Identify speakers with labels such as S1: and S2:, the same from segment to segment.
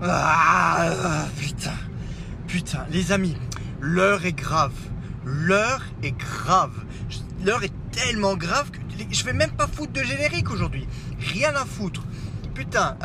S1: Putain, les amis, l'heure est grave. L'heure est grave. L'heure est tellement grave que je vais même pas foutre de générique aujourd'hui. Rien à foutre. Putain,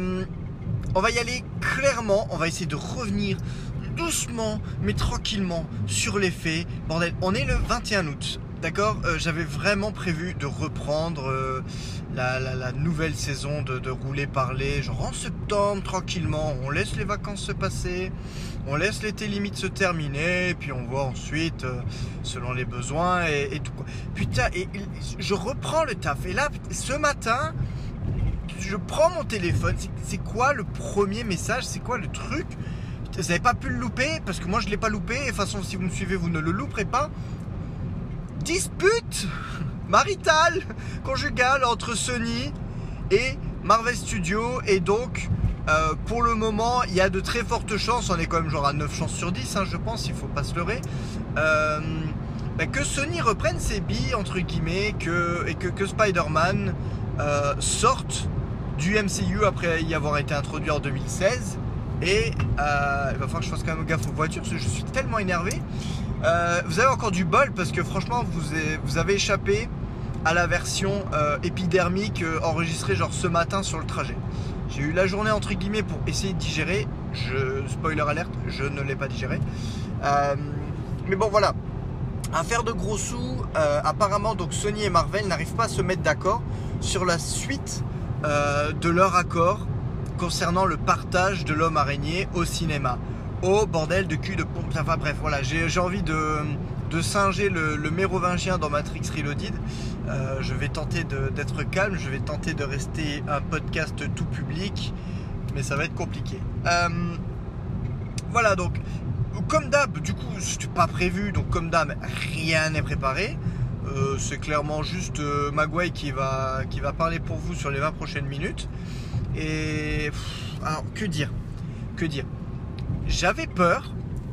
S1: on va y aller clairement. On va essayer de revenir doucement, mais tranquillement sur les faits. Bordel, on est le 21 août. D'accord, j'avais vraiment prévu de reprendre la nouvelle saison de Rouler Parler, genre en septembre, tranquillement. On laisse les vacances se passer, on laisse l'été limite se terminer, et puis on voit ensuite, selon les besoins et tout quoi. Putain, et je reprends le taf. Et là, ce matin, je prends mon téléphone. C'est quoi le premier message? C'est quoi le truc? Vous n'avez pas pu le louper? Parce que moi, je ne l'ai pas loupé. Et de toute façon, si vous me suivez, vous ne le louperez pas. Dispute maritale conjugale entre Sony et Marvel Studios, et donc pour le moment il y a de très fortes chances, on est quand même genre à 9 chances sur 10 hein, je pense, il faut pas se leurrer, que Sony reprenne ses billes entre guillemets, que Spider-Man sorte du MCU après y avoir été introduit en 2016, et il va falloir que je fasse quand même gaffe aux voitures parce que je suis tellement énervé. Vous avez encore du bol parce que franchement vous avez échappé à la version épidermique enregistrée genre ce matin sur le trajet. J'ai eu la journée entre guillemets pour essayer de digérer. Spoiler alerte, je ne l'ai pas digéré. Mais bon voilà. Affaire de gros sous. Apparemment donc Sony et Marvel n'arrivent pas à se mettre d'accord sur la suite de leur accord concernant le partage de l'homme araignée au cinéma. Oh bordel de cul de pompe. Enfin bref, voilà, j'ai envie de singer le mérovingien dans Matrix Reloaded. Je vais tenter d'être calme, je vais tenter de rester un podcast tout public, mais ça va être compliqué. Voilà, donc comme d'hab, du coup c'était pas prévu, donc comme d'hab rien n'est préparé. C'est clairement juste Magway qui va parler pour vous sur les 20 prochaines minutes. Et alors que dire J'avais peur,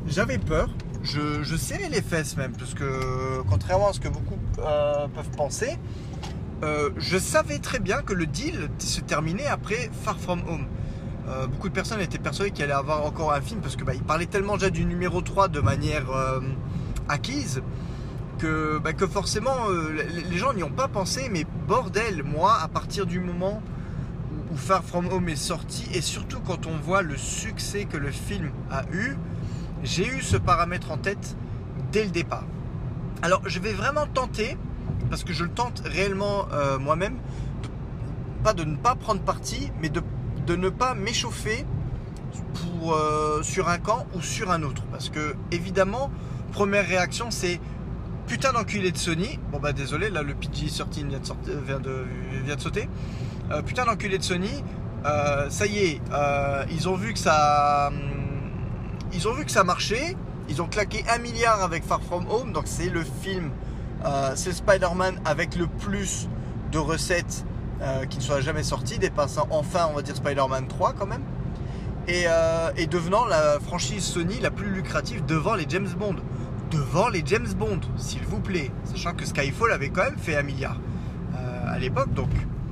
S1: je serrais les fesses même, parce que contrairement à ce que beaucoup peuvent penser, je savais très bien que le deal se terminait après Far From Home. Beaucoup de personnes étaient persuadées qu'il allait avoir encore un film, parce que il parlait tellement déjà du numéro 3 de manière acquise, que forcément les gens n'y ont pas pensé. Mais bordel, moi, à partir du moment où Far From Home est sorti, et surtout quand on voit le succès que le film a eu, j'ai eu ce paramètre en tête dès le départ. Alors je vais vraiment tenter, parce que je le tente réellement moi-même, de ne pas prendre parti, mais de ne pas m'échauffer sur un camp ou sur un autre. Parce que évidemment, première réaction c'est putain d'enculé de Sony. Bon désolé, là le PG-13 vient de sauter. Putain d'enculé de Sony, ça y est, ils ont vu que ça marchait, ils ont claqué 1 milliard avec Far From Home, donc c'est le film, c'est Spider-Man avec le plus de recettes qui ne soit jamais sorti, dépassant enfin on va dire Spider-Man 3 quand même, et devenant la franchise Sony la plus lucrative devant les James Bond, s'il vous plaît, sachant que Skyfall avait quand même fait 1 milliard à l'époque, donc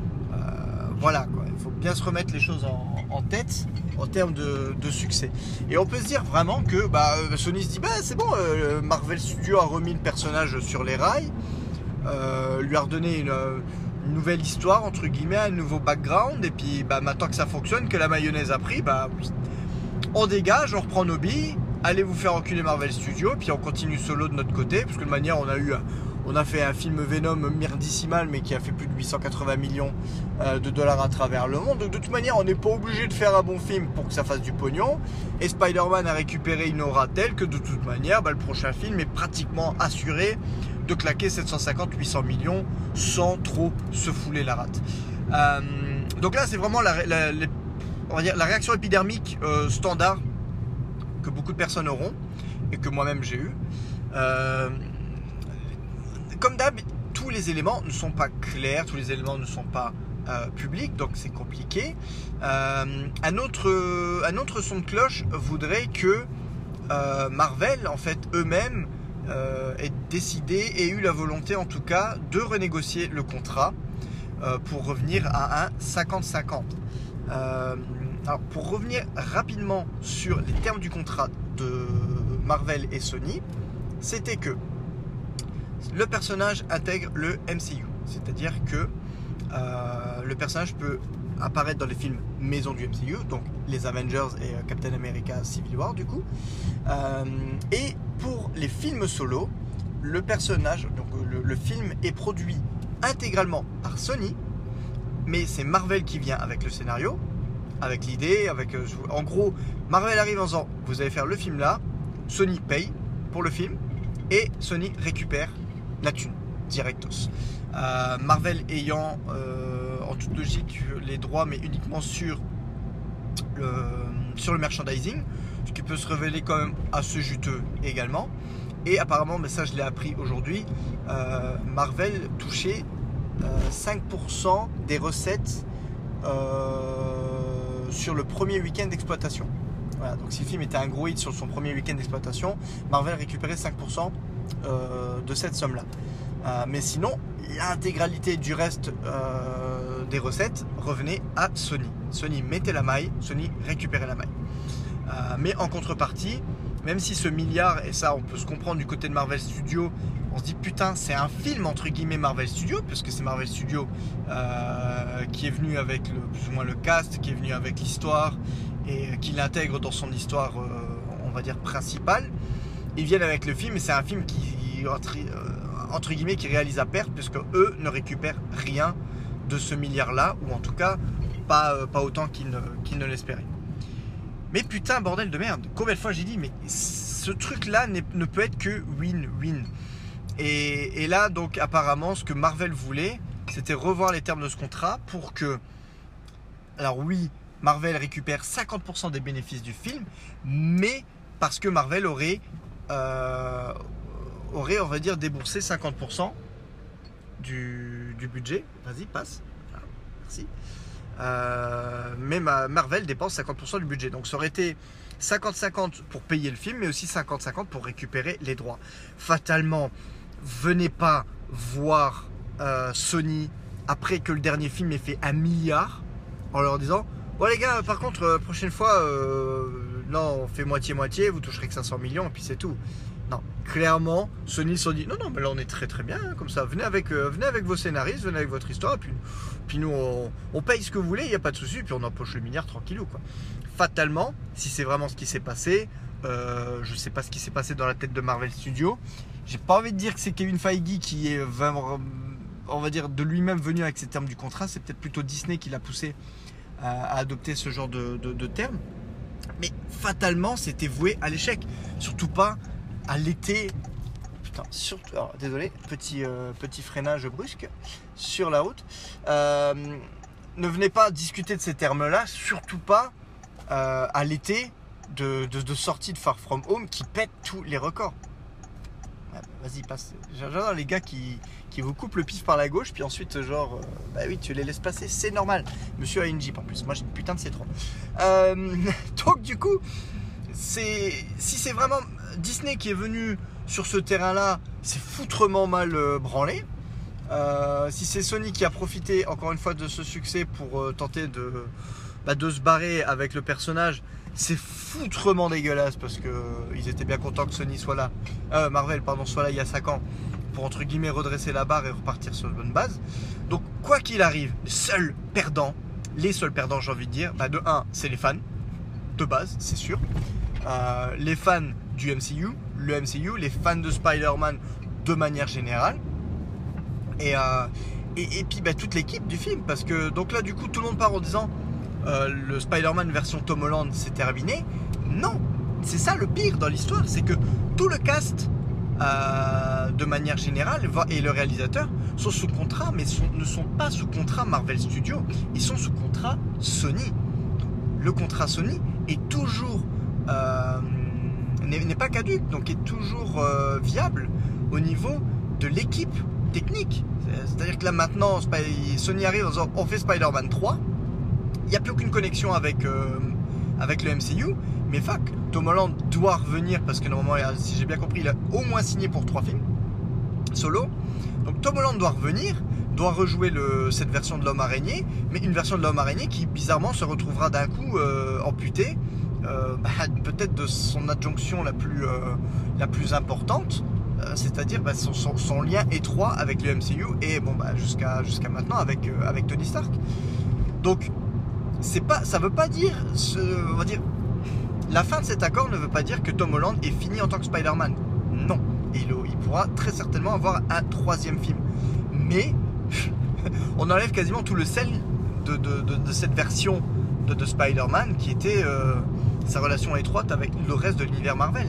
S1: voilà quoi, il faut bien se remettre les choses en tête en termes de succès. Et on peut se dire vraiment que Sony se dit c'est bon, Marvel Studios a remis le personnage sur les rails, lui a redonné une nouvelle histoire entre guillemets, un nouveau background, et puis maintenant que ça fonctionne, que la mayonnaise a pris, on dégage, on reprend nos billes, allez vous faire enculer Marvel Studios, puis on continue solo de notre côté, parce que de manière on a fait un film Venom merdissimal, mais qui a fait plus de 880 millions de dollars à travers le monde. Donc de toute manière, on n'est pas obligé de faire un bon film pour que ça fasse du pognon. Et Spider-Man a récupéré une aura telle que de toute manière, le prochain film est pratiquement assuré de claquer 750-800 millions sans trop se fouler la rate. Donc là, c'est vraiment on va dire la réaction épidermique standard que beaucoup de personnes auront, et que moi-même j'ai eu. Comme d'hab, tous les éléments ne sont pas clairs, tous les éléments ne sont pas publics, donc c'est compliqué. Un autre son de cloche voudrait que Marvel, en fait, eux-mêmes aient décidé et eu la volonté, en tout cas, de renégocier le contrat pour revenir à un 50-50. Alors pour revenir rapidement sur les termes du contrat de Marvel et Sony, c'était que le personnage intègre le MCU, c'est-à-dire que le personnage peut apparaître dans les films maison du MCU, donc les Avengers et Captain America Civil War du coup. Et pour les films solo, le personnage, donc le film est produit intégralement par Sony, mais c'est Marvel qui vient avec le scénario, avec l'idée, en gros, Marvel arrive en disant vous allez faire le film là, Sony paye pour le film et Sony récupère la thune directos. Marvel ayant en toute logique les droits, mais uniquement sur le merchandising, ce qui peut se révéler quand même assez juteux également. Et apparemment, mais ça je l'ai appris aujourd'hui, Marvel touchait 5% des recettes sur le premier week-end d'exploitation. Voilà, donc si le film était un gros hit sur son premier week-end d'exploitation, Marvel récupérait 5% de cette somme-là. Mais sinon, l'intégralité du reste des recettes revenait à Sony. Sony mettait la maille, Sony récupérait la maille. Mais en contrepartie, même si ce milliard, et ça on peut se comprendre du côté de Marvel Studios, on se dit putain c'est un film entre guillemets Marvel Studios, parce que c'est Marvel Studios qui est venu avec plus ou moins le cast, qui est venu avec l'histoire et qui l'intègre dans son histoire on va dire principale. Ils viennent avec le film et c'est un film qui entre guillemets qui réalise à perte, puisque eux ne récupèrent rien de ce milliard là, ou en tout cas pas autant qu'ils ne l'espéraient. Mais putain, bordel de merde, combien de fois j'ai dit, mais ce truc-là ne peut être que win-win. Et là, donc, apparemment, ce que Marvel voulait, c'était revoir les termes de ce contrat pour que... Alors oui, Marvel récupère 50% des bénéfices du film, mais parce que Marvel aurait on va dire, déboursé 50% du budget. Vas-y, passe. Ah, merci. Mais Marvel dépense 50% du budget, donc ça aurait été 50-50 pour payer le film, mais aussi 50-50 pour récupérer les droits. Fatalement, venez pas voir Sony après que le dernier film ait fait 1 milliard en leur disant bon les gars, par contre prochaine fois non, on fait moitié-moitié, vous toucherez que 500 millions et puis c'est tout. Non, clairement, Sony se dit non, mais là on est très bien, hein, comme ça, venez avec vos scénaristes, venez avec votre histoire, puis nous on paye ce que vous voulez, il n'y a pas de souci, puis on empoche le milliard tranquillou quoi. Fatalement, si c'est vraiment ce qui s'est passé, je ne sais pas ce qui s'est passé dans la tête de Marvel Studios. J'ai pas envie de dire que c'est Kevin Feige qui est vraiment, on va dire, de lui-même venu avec ces termes du contrat, c'est peut-être plutôt Disney qui l'a poussé à adopter ce genre de termes. Mais fatalement, c'était voué à l'échec. Surtout pas à l'été. Putain, surtout. Alors, désolé, petit freinage brusque sur la route. Ne venez pas discuter de ces termes-là, surtout pas à l'été de sortie de Far From Home qui pète tous les records. Vas-y, passe. J'adore les gars qui vous coupent le pif par la gauche, puis ensuite, genre, bah oui, tu les laisses passer, c'est normal. Monsieur a une Jeep en plus, moi j'ai une putain de C3. Donc, du coup, si c'est vraiment Disney qui est venu sur ce terrain-là, c'est foutrement mal branlé. Si c'est Sony qui a profité, encore une fois, de ce succès pour tenter de se barrer avec le personnage, c'est foutrement dégueulasse parce qu'ils étaient bien contents que Sony soit là, Marvel pardon, soit là il y a 5 ans pour entre guillemets redresser la barre et repartir sur une bonne base. Donc quoi qu'il arrive, les seuls perdants j'ai envie de dire, de 1 c'est les fans de base, c'est sûr, les fans du MCU, le MCU, les fans de Spider-Man de manière générale, et puis toute l'équipe du film, parce que donc là du coup tout le monde part en disant le Spider-Man version Tom Holland c'est terminé. Non, c'est ça le pire dans l'histoire, c'est que tout le cast de manière générale et le réalisateur sont sous contrat, mais ne sont pas sous contrat Marvel Studios, ils sont sous contrat Sony. Le contrat Sony est toujours n'est pas caduque, donc est toujours viable au niveau de l'équipe technique. C'est-à-dire que là maintenant Sony arrive en disant on fait Spider-Man 3, il n'y a plus aucune connexion avec le MCU, mais fuck, Tom Holland doit revenir parce que normalement, si j'ai bien compris, il a au moins signé pour 3 films solo. Donc Tom Holland doit revenir, doit rejouer cette version de l'homme araignée, mais une version de l'homme araignée qui bizarrement se retrouvera d'un coup amputée, peut-être de son adjonction la plus importante, c'est-à-dire son lien étroit avec le MCU et jusqu'à maintenant avec Tony Stark. Donc ça veut pas dire, on va dire, la fin de cet accord ne veut pas dire que Tom Holland est fini en tant que Spider-Man. Non, il pourra très certainement avoir un 3e film, mais on enlève quasiment tout le sel de cette version de Spider-Man qui était sa relation étroite avec le reste de l'univers Marvel.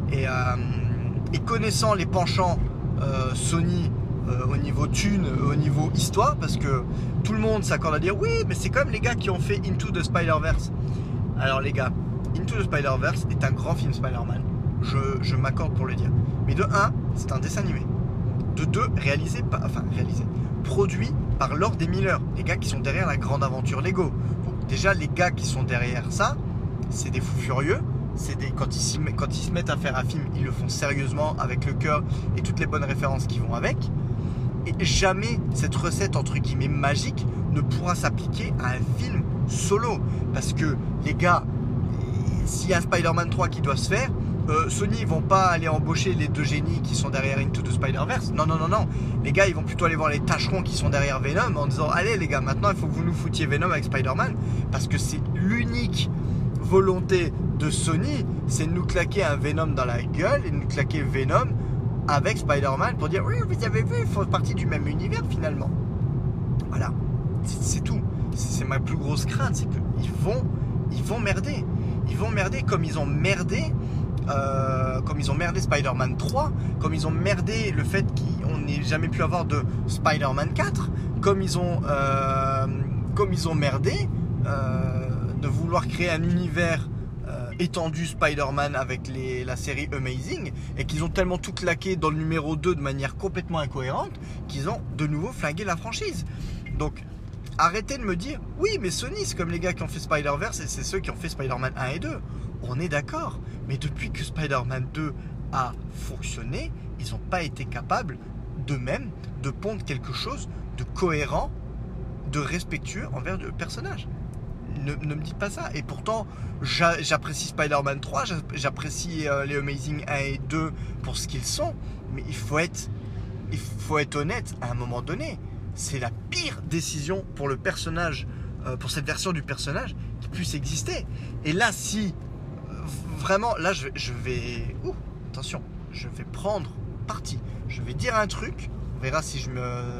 S1: Et connaissant les penchants Sony au niveau thune, au niveau histoire, parce que tout le monde s'accorde à dire oui, mais c'est comme les gars qui ont fait Into the Spider-Verse. Alors les gars, Into the Spider-Verse est un grand film Spider-Man, je m'accorde pour le dire. Mais de 1, c'est un dessin animé. De 2, produit par Lord et Miller, les gars qui sont derrière la grande aventure Lego. Donc déjà, les gars qui sont derrière ça, c'est des fous furieux. Quand ils se mettent à faire un film, ils le font sérieusement, avec le cœur et toutes les bonnes références qui vont avec. Et jamais cette recette, entre guillemets, magique ne pourra s'appliquer à un film solo. Parce que les gars, s'il y a un Spider-Man 3 qui doit se faire, Sony ils vont pas aller embaucher les 2 génies qui sont derrière Into the Spider-Verse. Non. Les gars, ils vont plutôt aller voir les tâcherons qui sont derrière Venom en disant allez les gars, maintenant il faut que vous nous foutiez Venom avec Spider-Man. Parce que c'est l'unique volonté de Sony, c'est de nous claquer un Venom dans la gueule et de nous claquer Venom avec Spider-Man pour dire oui, vous avez vu, ils font partie du même univers finalement. Voilà, c'est tout. C'est ma plus grosse crainte, c'est qu'ils vont merder. Ils vont merder comme ils ont merdé Spider-Man 3, comme ils ont merdé le fait qu'on n'ait jamais pu avoir de Spider-Man 4, comme ils ont merdé de vouloir créer un univers étendu Spider-Man avec la série Amazing, et qu'ils ont tellement tout claqué dans le numéro 2 de manière complètement incohérente qu'ils ont de nouveau flingué la franchise. Donc arrêtez de me dire oui mais Sony c'est comme les gars qui ont fait Spider-Verse et c'est ceux qui ont fait Spider-Man 1 et 2. On est d'accord, mais depuis que Spider-Man 2 a fonctionné, ils n'ont pas été capables d'eux-mêmes de pondre quelque chose de cohérent, de respectueux envers le personnage. Ne me dites pas ça. Et pourtant, j'apprécie Spider-Man 3, j'apprécie les Amazing 1 et 2 pour ce qu'ils sont, mais il faut être honnête, à un moment donné, c'est la pire décision pour le personnage, pour cette version du personnage qui puisse exister. Et là, si vraiment, là, je vais prendre parti. Je vais dire un truc, on verra si je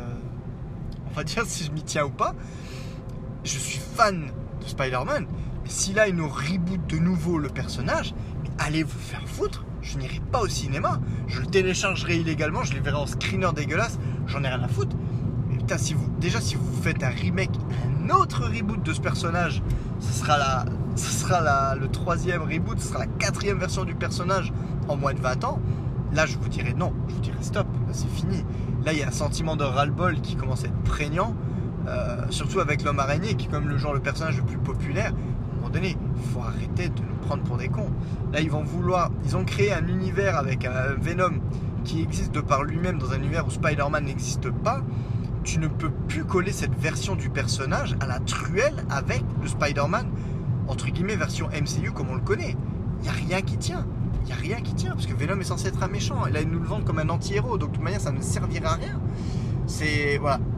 S1: m'y tiens ou pas. Je suis fan de Spider-Man, mais si là, ils nous rebootent de nouveau le personnage, mais allez vous faire foutre. Je n'irai pas au cinéma. Je le téléchargerai illégalement, je le verrai en screener dégueulasse. J'en ai rien à foutre. Mais putain, si vous faites un remake, un autre reboot de ce personnage, ce sera le 3e reboot, ce sera la 4e version du personnage en moins de 20 ans. Là, je vous dirais non, je vous dirais stop, là, c'est fini. Là, il y a un sentiment de ras-le-bol qui commence à être prégnant, surtout avec l'homme araignée, qui est comme le personnage le plus populaire. À un moment donné, il faut arrêter de nous prendre pour des cons. Là, ils ont créé un univers avec un Venom qui existe de par lui-même dans un univers où Spider-Man n'existe pas. Tu ne peux plus coller cette version du personnage à la truelle avec le Spider-Man, entre guillemets, version MCU comme on le connaît. Il n'y a rien qui tient. Il n'y a rien qui tient, parce que Venom est censé être un méchant. Et là, ils nous le vendent comme un anti-héros. Donc, de toute manière, ça ne servira à rien. C'est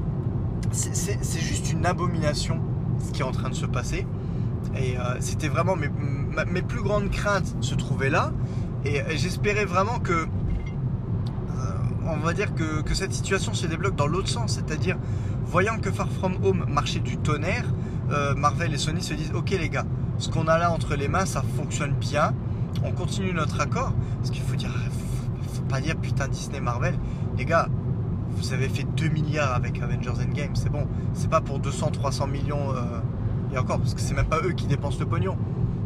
S1: juste une abomination, ce qui est en train de se passer. Et c'était vraiment mes plus grandes craintes se trouvaient là. Et j'espérais vraiment que... on va dire que cette situation se débloque dans l'autre sens, c'est-à-dire voyant que Far From Home marchait du tonnerre, Marvel et Sony se disent ok les gars, ce qu'on a là entre les mains ça fonctionne bien, on continue notre accord. Parce qu'il faut pas dire putain Disney Marvel, les gars, vous avez fait 2 milliards avec Avengers Endgame, c'est bon, c'est pas pour 200-300 millions et encore, parce que c'est même pas eux qui dépensent le pognon,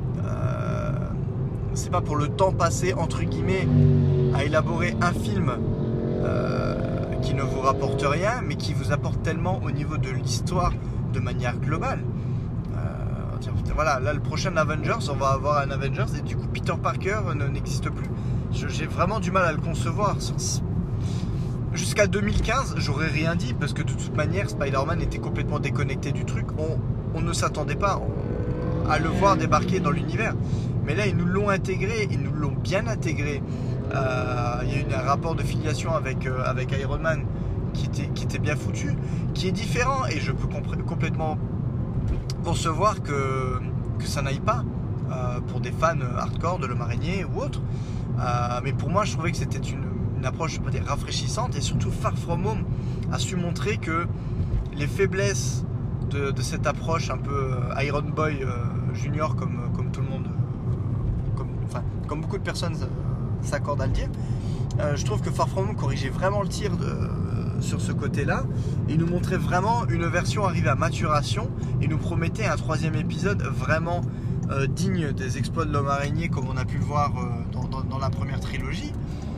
S1: c'est pas pour le temps passé entre guillemets à élaborer un film qui ne vous rapporte rien, mais qui vous apporte tellement au niveau de l'histoire de manière globale. Voilà, là le prochain Avengers, on va avoir un Avengers et du coup Peter Parker n'existe plus. J'ai vraiment du mal à le concevoir. jusqu'à 2015, j'aurais rien dit parce que de toute manière, Spider-Man était complètement déconnecté du truc. On ne s'attendait pas à le voir débarquer dans l'univers. Mais là, ils nous l'ont intégré, ils nous l'ont bien intégré. Il y a eu un rapport de filiation avec Iron Man qui était bien foutu, qui est différent, et je peux complètement concevoir que ça n'aille pas pour des fans hardcore de l'Homme Araignée ou autre. Mais pour moi, je trouvais que c'était une approche, je peux dire, rafraîchissante, et surtout Far From Home a su montrer que les faiblesses de cette approche un peu Iron Boy Junior, comme tout le monde, comme beaucoup de personnes s'accordent à le dire. Je trouve que Far From Home corrigeait vraiment le tir sur ce côté-là. Il nous montrait vraiment une version arrivée à maturation et nous promettait un 3e épisode vraiment digne des exploits de l'Homme Araignée, comme on a pu le voir dans la première trilogie.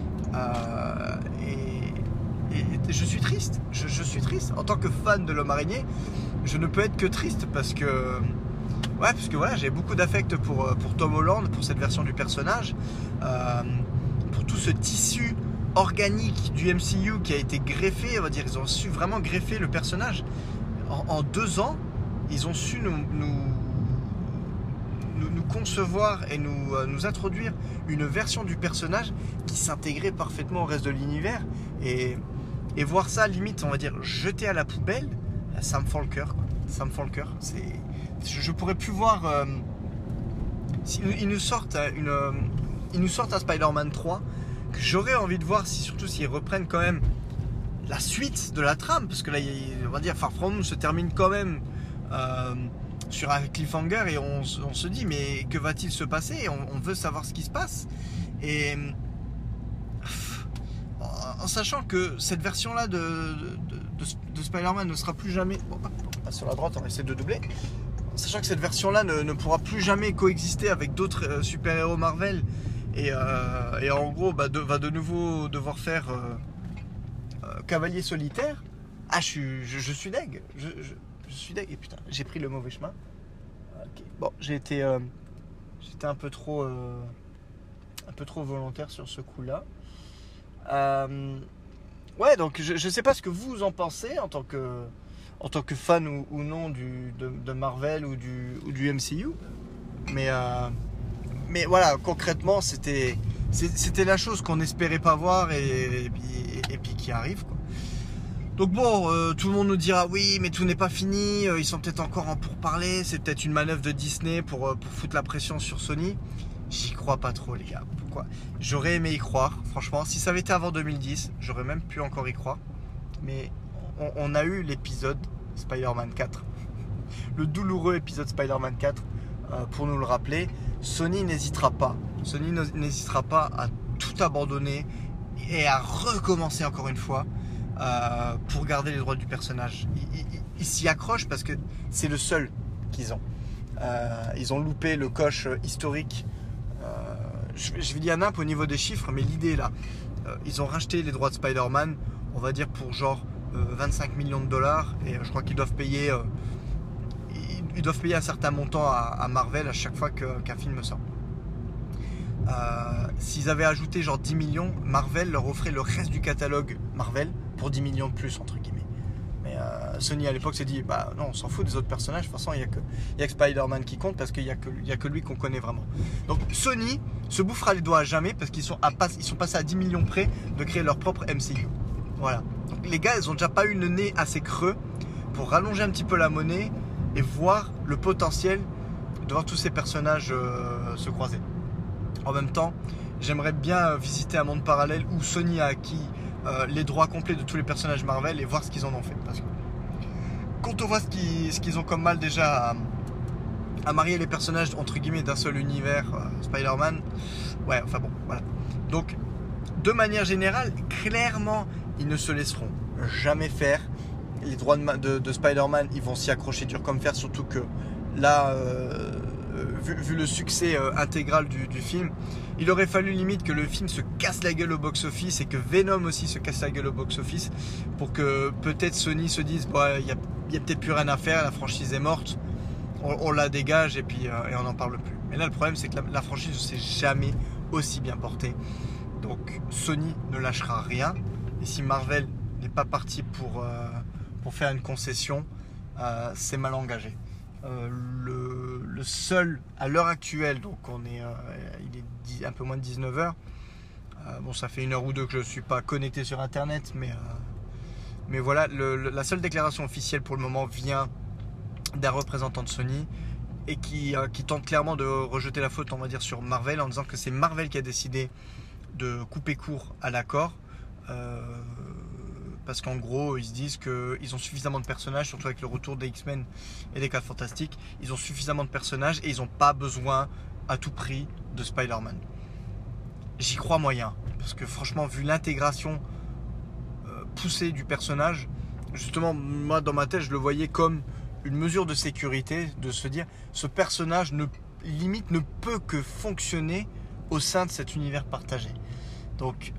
S1: Et je suis triste. Je suis triste. En tant que fan de l'Homme Araignée, je ne peux être que triste parce que voilà, j'ai beaucoup d'affect pour Tom Holland, pour cette version du personnage, pour tout ce tissu organique du MCU qui a été greffé, on va dire. Ils ont su vraiment greffer le personnage. En 2 ans, ils ont su nous concevoir et nous introduire une version du personnage qui s'intégrait parfaitement au reste de l'univers, et voir ça limite, on va dire, jeté à la poubelle, ça me fend le cœur, quoi. Ça me fend le cœur. Je pourrais plus voir ils nous sortent un Spider-Man 3 que j'aurais envie de voir, surtout s'ils reprennent quand même la suite de la trame, parce que là, on va dire, Far From Home se termine quand même sur un cliffhanger, et on se dit, mais que va-t-il se passer? On veut savoir ce qui se passe, et en sachant que cette version-là de Spider-Man ne sera plus jamais... Bon, sur la droite, on essaie de doubler. En sachant que cette version-là ne pourra plus jamais coexister avec d'autres super-héros Marvel, et en gros va de nouveau devoir faire cavalier solitaire. Ah, je suis deg. Je suis deg. Et putain, j'ai pris le mauvais chemin. Okay. Bon, j'étais un peu trop volontaire sur ce coup-là. Ouais, donc je sais pas ce que vous en pensez en tant que fan ou non de Marvel ou du MCU, mais voilà, concrètement c'était la chose qu'on n'espérait pas voir, et puis qui arrive, quoi. Donc bon, tout le monde nous dira oui, mais tout n'est pas fini, ils sont peut-être encore en pourparlers, c'est peut-être une manœuvre de Disney pour foutre la pression sur Sony. J'y crois pas trop, les gars. Pourquoi? J'aurais aimé y croire, franchement. Si ça avait été avant 2010, j'aurais même pu encore y croire. Mais on a eu l'épisode Spider-Man 4. Le douloureux épisode Spider-Man 4, pour nous le rappeler. Sony n'hésitera pas. Sony n'hésitera pas à tout abandonner et à recommencer encore une fois pour garder les droits du personnage. Ils s'y accrochent parce que c'est le seul qu'ils ont. Ils ont loupé le coche historique. Je vais dire nimp au niveau des chiffres, mais l'idée est là. Ils ont racheté les droits de Spider-Man, on va dire pour genre 25 millions de dollars, et je crois qu'ils doivent payer un certain montant à Marvel à chaque fois qu'un film sort. S'ils avaient ajouté genre 10 millions, Marvel leur offrait le reste du catalogue Marvel pour 10 millions de plus, entre guillemets. Mais Sony à l'époque s'est dit, bah non, on s'en fout des autres personnages, de toute façon il n'y a que Spider-Man qui compte, parce qu'il n'y a que lui qu'on connaît vraiment. Donc Sony se bouffera les doigts à jamais, parce qu'ils sont passés à 10 millions près de créer leur propre MCU. Voilà. Donc les gars, ils ont déjà pas eu le nez assez creux pour rallonger un petit peu la monnaie et voir le potentiel de voir tous ces personnages se croiser. En même temps, j'aimerais bien visiter un monde parallèle où Sony a acquis les droits complets de tous les personnages Marvel et voir ce qu'ils en ont fait. Parce que quand on voit ce qu'ils ont comme mal déjà à marier les personnages entre guillemets d'un seul univers, Spider-Man, ouais, enfin bon, voilà. Donc, de manière générale, clairement, ils ne se laisseront jamais faire. Les droits de Spider-Man, ils vont s'y accrocher dur comme fer, surtout que là, vu le succès intégral du film, il aurait fallu limite que le film se casse la gueule au box-office et que Venom aussi se casse la gueule au box-office pour que peut-être Sony se dise, bah, il y a peut-être plus rien à faire, la franchise est morte, on la dégage et puis et on n'en parle plus. Mais là, le problème, c'est que la franchise ne s'est jamais aussi bien portée. Donc Sony ne lâchera rien. Et si Marvel n'est pas parti pour faire une concession, c'est mal engagé. Le seul, à l'heure actuelle, donc il est un peu moins de 19h. Bon, ça fait 1 heure ou 2 que je ne suis pas connecté sur Internet, mais voilà, la seule déclaration officielle pour le moment vient d'un représentant de Sony et qui tente clairement de rejeter la faute, on va dire, sur Marvel en disant que c'est Marvel qui a décidé de couper court à l'accord. Parce qu'en gros, ils se disent qu'ils ont suffisamment de personnages, surtout avec le retour des X-Men et des 4 Fantastiques. Ils ont suffisamment de personnages et ils n'ont pas besoin à tout prix de Spider-Man. J'y crois moyen, parce que franchement, vu l'intégration poussée du personnage, justement, moi dans ma tête, je le voyais comme une mesure de sécurité, de se dire, ce personnage limite ne peut que fonctionner au sein de cet univers partagé. Donc,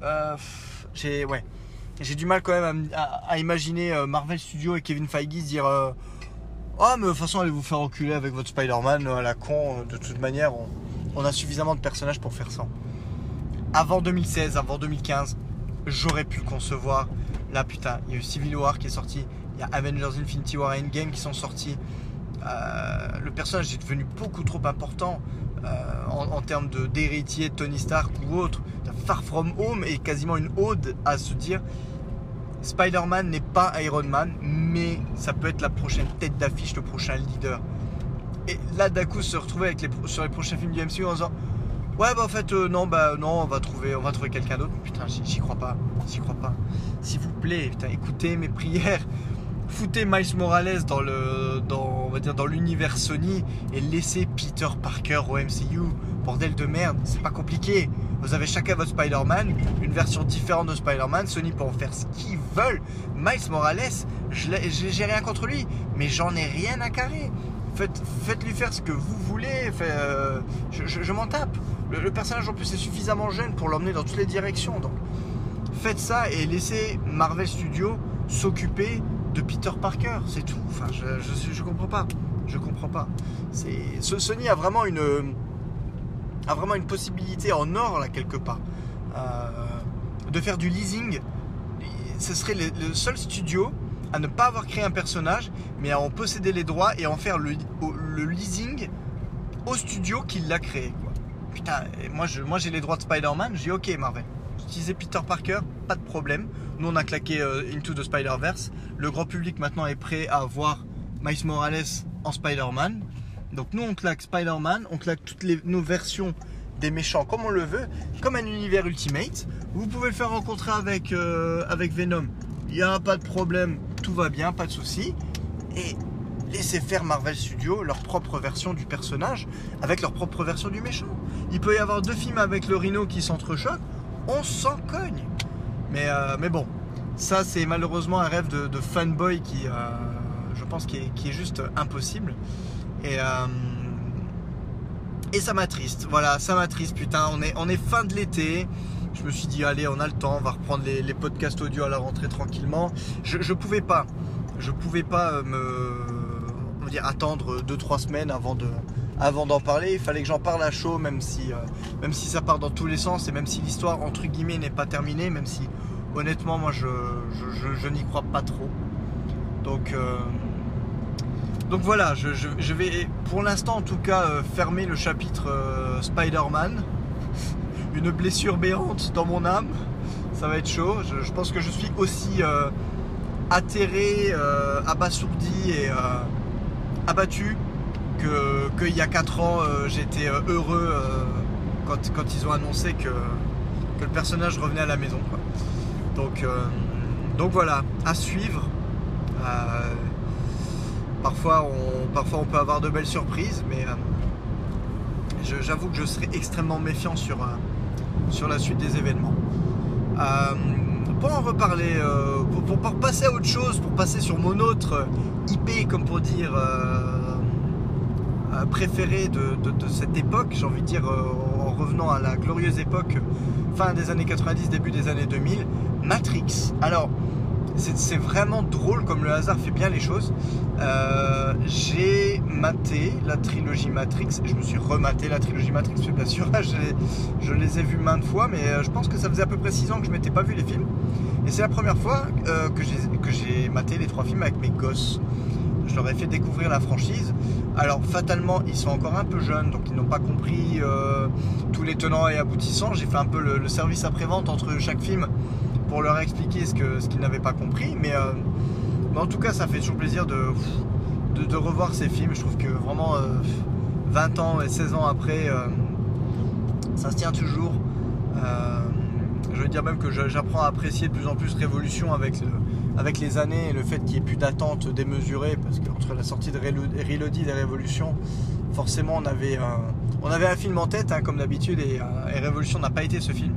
S1: j'ai du mal quand même à imaginer Marvel Studios et Kevin Feige se dire ah, mais de toute façon, allez vous faire enculer avec votre Spider-Man à la con. De toute manière, on a suffisamment de personnages pour faire ça. Avant 2016, avant 2015, j'aurais pu concevoir. Là, putain, il y a eu Civil War qui est sorti. Il y a Avengers Infinity War et Endgame qui sont sortis. Le personnage est devenu beaucoup trop important en termes d'héritier de Tony Stark ou autre. Far From Home est quasiment une ode à se dire Spider-Man n'est pas Iron Man, mais ça peut être la prochaine tête d'affiche, le prochain leader. Et là, d'un coup, se retrouver sur les prochains films du MCU en disant ouais, bah en fait, non, on va trouver quelqu'un d'autre. Putain, j'y crois pas. S'il vous plaît, putain, écoutez mes prières. Foutez Miles Morales on va dire dans l'univers Sony et laissez Peter Parker au MCU. Bordel de merde, c'est pas compliqué. Vous avez chacun votre Spider-Man, une version différente de Spider-Man. Sony peut en faire ce qu'ils veulent. Miles Morales, j'ai rien contre lui, mais j'en ai rien à carrer. Faites-lui faire ce que vous voulez. Je m'en tape. Le personnage en plus est suffisamment jeune pour l'emmener dans toutes les directions. Donc faites ça et laissez Marvel Studios s'occuper de Peter Parker, c'est tout. Enfin, je comprends pas. Sony a vraiment une possibilité en or là quelque part de faire du leasing. Ce serait le seul studio à ne pas avoir créé un personnage, mais à en posséder les droits et en faire le leasing au studio qui l'a créé, quoi. Putain, moi j'ai les droits de Spider-Man, je dis ok Marvel, utilisez Peter Parker, pas de problème. Nous on a claqué Into the Spider-Verse. Le grand public maintenant est prêt à voir Miles Morales en Spider-Man. Donc nous on claque Spider-Man, on claque toutes nos versions des méchants comme on le veut, comme un univers Ultimate. Vous pouvez le faire rencontrer avec Venom. Il n'y a pas de problème, tout va bien, pas de souci. Et laissez faire Marvel Studios leur propre version du personnage avec leur propre version du méchant. Il peut y avoir 2 films avec le Rhino qui s'entrechoquent, on s'en cogne. Mais bon, ça c'est malheureusement un rêve de fanboy qui, je pense, qui est juste impossible. Et ça m'attriste. Voilà, ça m'attriste. Putain, on est fin de l'été. Je me suis dit allez, on a le temps, on va reprendre les podcasts audio à la rentrée tranquillement. Je pouvais pas on va dire, attendre 2-3 semaines avant d'en parler. Il fallait que j'en parle à chaud, même si ça part dans tous les sens et même si l'histoire entre guillemets n'est pas terminée, même si honnêtement moi je n'y crois pas trop. Donc voilà, je vais pour l'instant en tout cas fermer le chapitre Spider-Man. Une blessure béante dans mon âme, ça va être chaud. Je pense que je suis aussi atterré, abasourdi et abattu qu'il y a 4 ans j'étais heureux quand ils ont annoncé que le personnage revenait à la maison, quoi. Donc voilà, à suivre. Parfois on peut avoir de belles surprises, mais j'avoue que je serai extrêmement méfiant sur la suite des événements. Pour en reparler, pour passer à autre chose, pour passer sur mon autre IP, comme pour dire préféré de cette époque, j'ai envie de dire, en revenant à la glorieuse époque fin des années 90, début des années 2000, Matrix. Alors c'est vraiment drôle comme le hasard fait bien les choses. J'ai maté la trilogie Matrix, je me suis rematé la trilogie Matrix, je suis pas sûr, je les ai vus maintes fois, mais je pense que ça faisait à peu près 6 ans que je m'étais pas vu les films. Et c'est la première fois que j'ai maté les 3 films avec mes gosses. Je leur ai fait découvrir la franchise. Alors fatalement, ils sont encore un peu jeunes, donc ils n'ont pas compris tous les tenants et aboutissants. J'ai fait un peu le service après-vente entre chaque film pour leur expliquer ce qu'ils n'avaient pas compris. Mais en tout cas, ça fait toujours plaisir de revoir ces films. Je trouve que vraiment 20 ans et 16 ans après, ça se tient toujours. Je veux dire même que j'apprends à apprécier de plus en plus Révolution avec les années et le fait qu'il n'y ait plus d'attente démesurée, parce qu'entre la sortie de Reloaded et Révolution, forcément on avait un film en tête, hein, comme d'habitude, et Révolution n'a pas été ce film.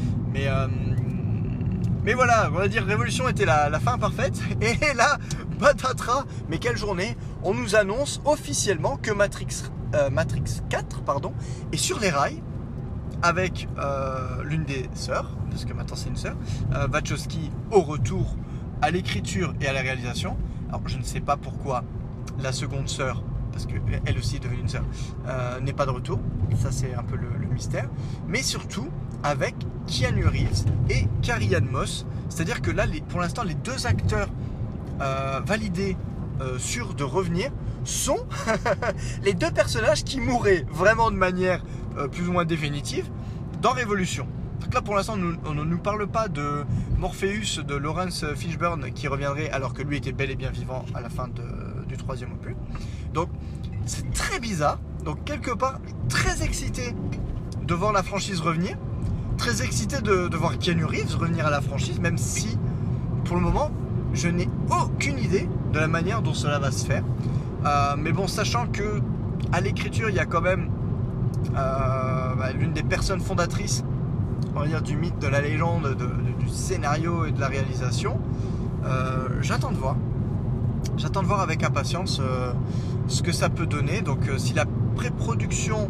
S1: Mais voilà, on va dire Révolution était la fin parfaite, et là, patatras, mais quelle journée, on nous annonce officiellement que Matrix 4 est sur les rails, avec l'une des sœurs, parce que maintenant c'est une sœur, Wachowski au retour à l'écriture et à la réalisation. Alors je ne sais pas pourquoi la seconde sœur, parce qu'elle aussi est devenue une sœur, n'est pas de retour, ça c'est un peu le mystère, mais surtout avec Keanu Reeves et Carrie-Anne Moss, c'est-à-dire que là pour l'instant les 2 acteurs validés sûrs de revenir sont les 2 personnages qui mourraient vraiment de manière plus ou moins définitive dans Révolution. Donc là pour l'instant on ne nous parle pas de Morpheus de Lawrence Fishburne qui reviendrait alors que lui était bel et bien vivant à la fin du 3e opus. Donc c'est très bizarre. Donc quelque part très excité de voir la franchise revenir, très excité de voir Keanu Reeves revenir à la franchise, même si pour le moment je n'ai aucune idée de la manière dont cela va se faire. Mais bon, sachant que à l'écriture il y a quand même l'une des personnes fondatrices, on va dire, du mythe, de la légende, du scénario et de la réalisation, j'attends de voir avec impatience ce que ça peut donner. Donc si la pré-production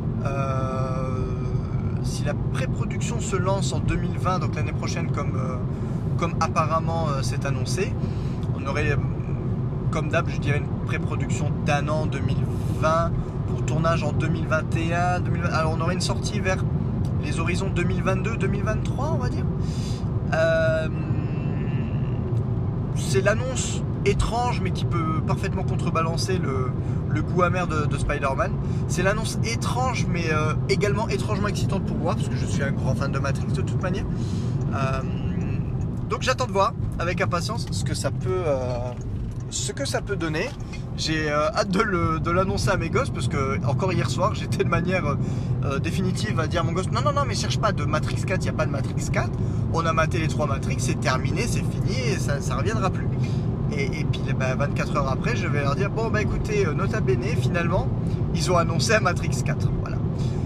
S1: se lance en 2020, donc l'année prochaine comme apparemment c'est annoncé, on aurait comme d'hab, je dirais, une pré-production d'1 an, 2020, pour tournage en 2021, 2020. Alors on aurait une sortie vers les horizons 2022-2023, on va dire. C'est l'annonce étrange, mais qui peut parfaitement contrebalancer le goût amer de Spider-Man. C'est l'annonce étrange, mais également étrangement excitante pour moi, parce que je suis un grand fan de Matrix de toute manière. Donc j'attends de voir avec impatience ce que ça peut donner. J'ai hâte de l'annoncer à mes gosses, parce que encore hier soir j'étais de manière définitive à dire à mon gosse non mais cherche pas de Matrix 4, il n'y a pas de Matrix 4, on a maté les 3 Matrix, c'est terminé, c'est fini et ça reviendra plus. Et puis 24 heures après je vais leur dire bon écoutez, nota bene, finalement ils ont annoncé un Matrix 4, voilà.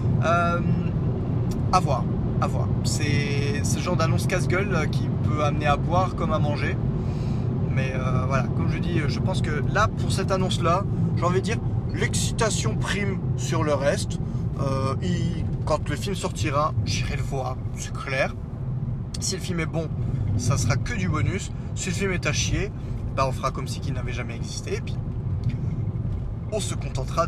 S1: À voir. C'est ce genre d'annonce casse-gueule qui peut amener à boire comme à manger. Mais voilà, comme je dis, je pense que là, pour cette annonce-là, j'ai envie de dire, l'excitation prime sur le reste. Quand le film sortira, j'irai le voir, c'est clair. Si le film est bon, ça sera que du bonus. Si le film est à chier, on fera comme si il n'avait jamais existé. Et puis, on se contentera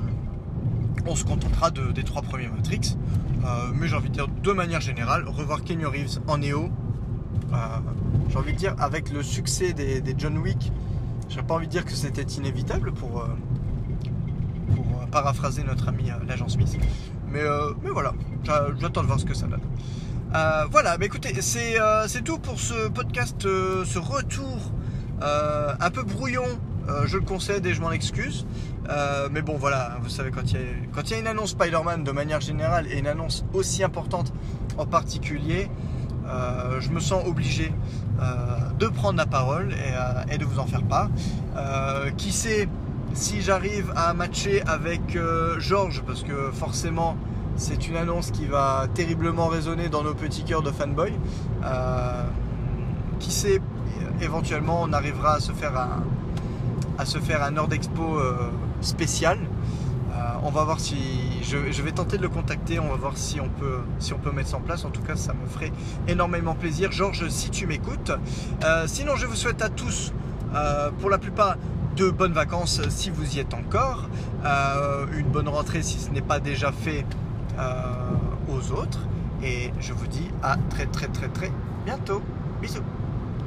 S1: des 3 premiers Matrix. Mais j'ai envie de dire, de manière générale, revoir Keanu Reeves en Neo, j'ai envie de dire, avec le succès des John Wick, j'ai pas envie de dire que c'était inévitable pour paraphraser notre ami l'agent Smith. Mais voilà, j'attends de voir ce que ça donne. Voilà, écoutez, c'est tout pour ce podcast, ce retour un peu brouillon, je le concède et je m'en excuse. Mais bon, voilà, vous savez, quand il y a une annonce Spider-Man de manière générale et une annonce aussi importante en particulier, je me sens obligé de prendre la parole et de vous en faire part. Qui sait si j'arrive à matcher avec Georges, parce que forcément c'est une annonce qui va terriblement résonner dans nos petits cœurs de fanboy. Qui sait, éventuellement on arrivera à se faire un Nord Expo spécial. On va voir si je vais tenter de le contacter, on va voir si on peut mettre ça en place. En tout cas, ça me ferait énormément plaisir. Georges, si tu m'écoutes. Sinon, je vous souhaite à tous, pour la plupart, de bonnes vacances si vous y êtes encore. Une bonne rentrée si ce n'est pas déjà fait aux autres. Et je vous dis à très bientôt. Bisous.